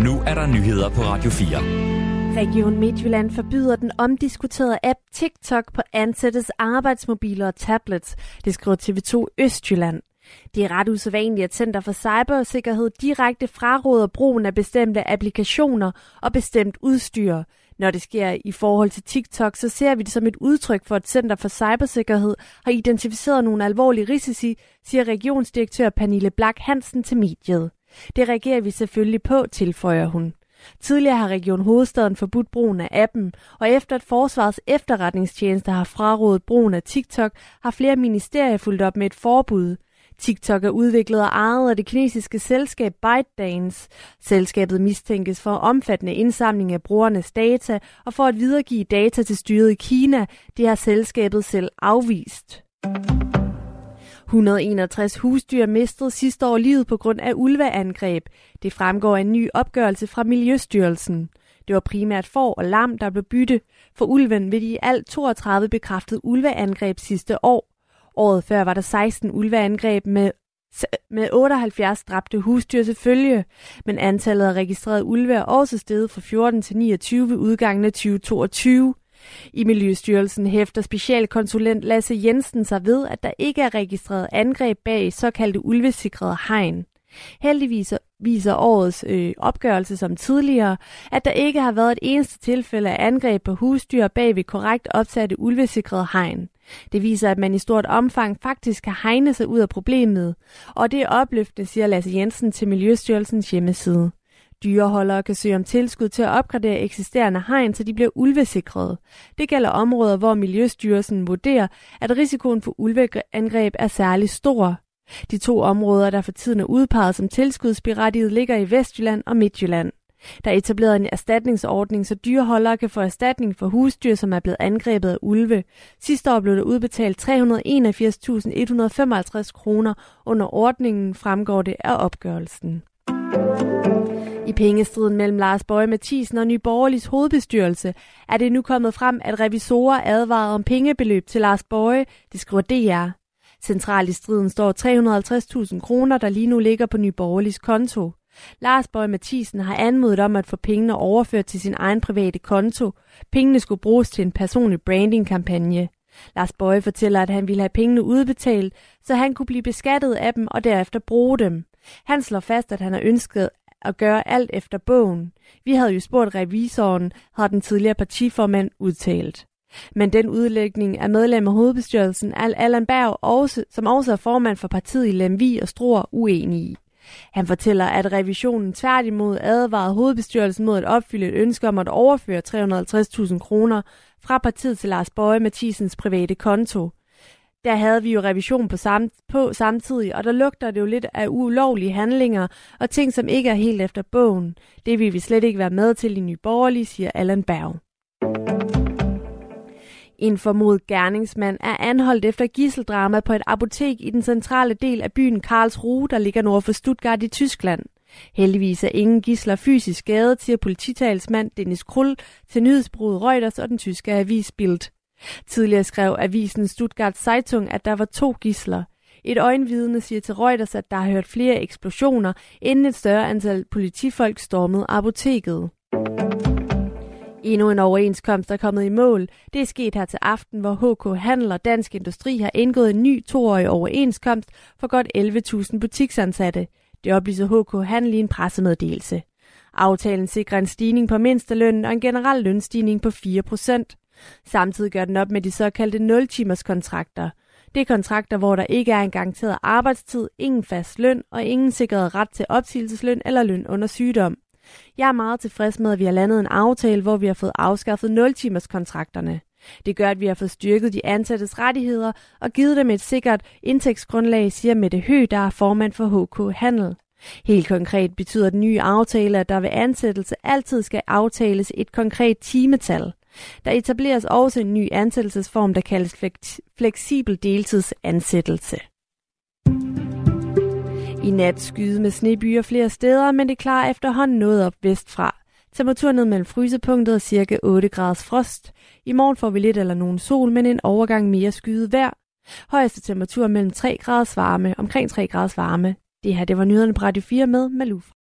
Nu er der nyheder på Radio 4. Region Midtjylland forbyder den omdiskuterede app TikTok på ansattes arbejdsmobiler og tablets. Det skriver TV2 Østjylland. Det er ret usædvanligt, at Center for Cybersikkerhed direkte fraråder brugen af bestemte applikationer og bestemt udstyr. Når det sker i forhold til TikTok, så ser vi det som et udtryk for, at Center for Cybersikkerhed har identificeret nogle alvorlige risici, siger regionsdirektør Pernille Blak Hansen til mediet. Det reagerer vi selvfølgelig på, tilføjer hun. Tidligere har Region Hovedstaden forbudt brugen af appen, og efter at Forsvarets efterretningstjeneste har frarådet brugen af TikTok, har flere ministerier fulgt op med et forbud. TikTok er udviklet og ejet af det kinesiske selskab ByteDance. Selskabet mistænkes for omfattende indsamling af brugernes data og for at videregive data til styret i Kina. Det har selskabet selv afvist. 161 husdyr mistede sidste år livet på grund af ulveangreb. Det fremgår af en ny opgørelse fra Miljøstyrelsen. Det var primært får og lam, der blev bytte for ulven ved de i alt 32 bekræftede ulveangreb sidste år. Året før var der 16 ulveangreb med 78 dræbte husdyr til følge, men antallet af registrerede ulve er også steget fra 14 til 29 ved udgangen af 2022. I Miljøstyrelsen hæfter specialkonsulent Lasse Jensen sig ved, at der ikke er registreret angreb bag såkaldte ulvesikrede hegn. Heldigvis viser årets opgørelse som tidligere, at der ikke har været et eneste tilfælde af angreb på husdyr bag ved korrekt opsatte ulvesikrede hegn. Det viser, at man i stort omfang faktisk kan hegne sig ud af problemet, og det er opløftende, siger Lasse Jensen til Miljøstyrelsens hjemmeside. Dyreholdere kan søge om tilskud til at opgradere eksisterende hegn, så de bliver ulvesikrede. Det gælder områder, hvor Miljøstyrelsen vurderer, at risikoen for ulveangreb er særlig stor. De 2 områder, der for tiden er udpeget som tilskudsberettiget, ligger i Vestjylland og Midtjylland. Der er etableret en erstatningsordning, så dyreholdere kan få erstatning for husdyr, som er blevet angrebet af ulve. Sidste år blev der udbetalt 381.155 kroner under ordningen, fremgår det af opgørelsen. I pengestriden mellem Lars Boje Mathiesen og Nye Borgerliges hovedbestyrelse er det nu kommet frem, at revisorer advarede om pengebeløb til Lars Boje, det skriver DR. Centralt i striden står 350.000 kroner, der lige nu ligger på Nye Borgerliges konto. Lars Boje Mathiesen har anmodet om at få pengene overført til sin egen private konto. Pengene skulle bruges til en personlig brandingkampagne. Lars Boje fortæller, at han ville have pengene udbetalt, så han kunne blive beskattet af dem og derefter bruge dem. Han slår fast, at han har ønsket at gøre alt efter bogen. Vi havde jo spurgt revisoren, har den tidligere partiformand udtalt. Men den udlægning af medlem af hovedbestyrelsen er Allan Berg, som også er formand for partiet i Lemvig og Struer, uenig i. Han fortæller, at revisionen tværtimod advarede hovedbestyrelsen mod at opfylde et ønske om at overføre 350.000 kroner fra partiet til Lars Boje Mathiesens private konto. Der havde vi jo revision på samtidig, og der lugter det jo lidt af ulovlige handlinger og ting, som ikke er helt efter bogen. Det vil vi slet ikke være med til i Nye Borgerlige, siger Allan Berg. En formodet gerningsmand er anholdt efter gidseldrama på et apotek i den centrale del af byen Karlsruhe, der ligger nord for Stuttgart i Tyskland. Heldigvis er ingen gidsler fysisk skadet, siger polititalsmand Dennis Krull til nyhedsbureauet Reuters og den tyske avis Bild. Tidligere skrev avisen Stuttgart Zeitung, at der var 2 gidsler. Et øjenvidne siger til Reuters, at der har hørt flere eksplosioner, inden et større antal politifolk stormede apoteket. Endnu en overenskomst er kommet i mål. Det er sket her til aften, hvor HK Handel og Dansk Industri har indgået en ny 2-årig overenskomst for godt 11.000 butiksansatte. Det oplyser HK Handel i en pressemeddelelse. Aftalen sikrer en stigning på mindstelønnen og en generel lønstigning på 4%. Samtidig gør den op med de såkaldte 0-timers-kontrakter. Det er kontrakter, hvor der ikke er en garanteret arbejdstid, ingen fast løn og ingen sikret ret til opsigelsesløn eller løn under sygdom. Jeg er meget tilfreds med, at vi har landet en aftale, hvor vi har fået afskaffet 0-timers-kontrakterne. Det gør, at vi har fået styrket de ansattes rettigheder og givet dem et sikkert indtægtsgrundlag, siger Mette Høgh, der er formand for HK Handel. Helt konkret betyder den nye aftale, at der ved ansættelse altid skal aftales et konkret timetal. Der etableres også en ny ansættelsesform, der kaldes fleksibel deltidsansættelse. I nat skyde med snebyer flere steder, men det klarer efterhånden noget op vestfra. Temperaturen ned mellem frysepunktet og cirka 8 graders frost. I morgen får vi lidt eller nogen sol, men en overgang mere skyet vejr. Højeste temperatur mellem 3 graders varme, omkring 3 graders varme. Det her, det var nyhederne på Radio 4 med Malou.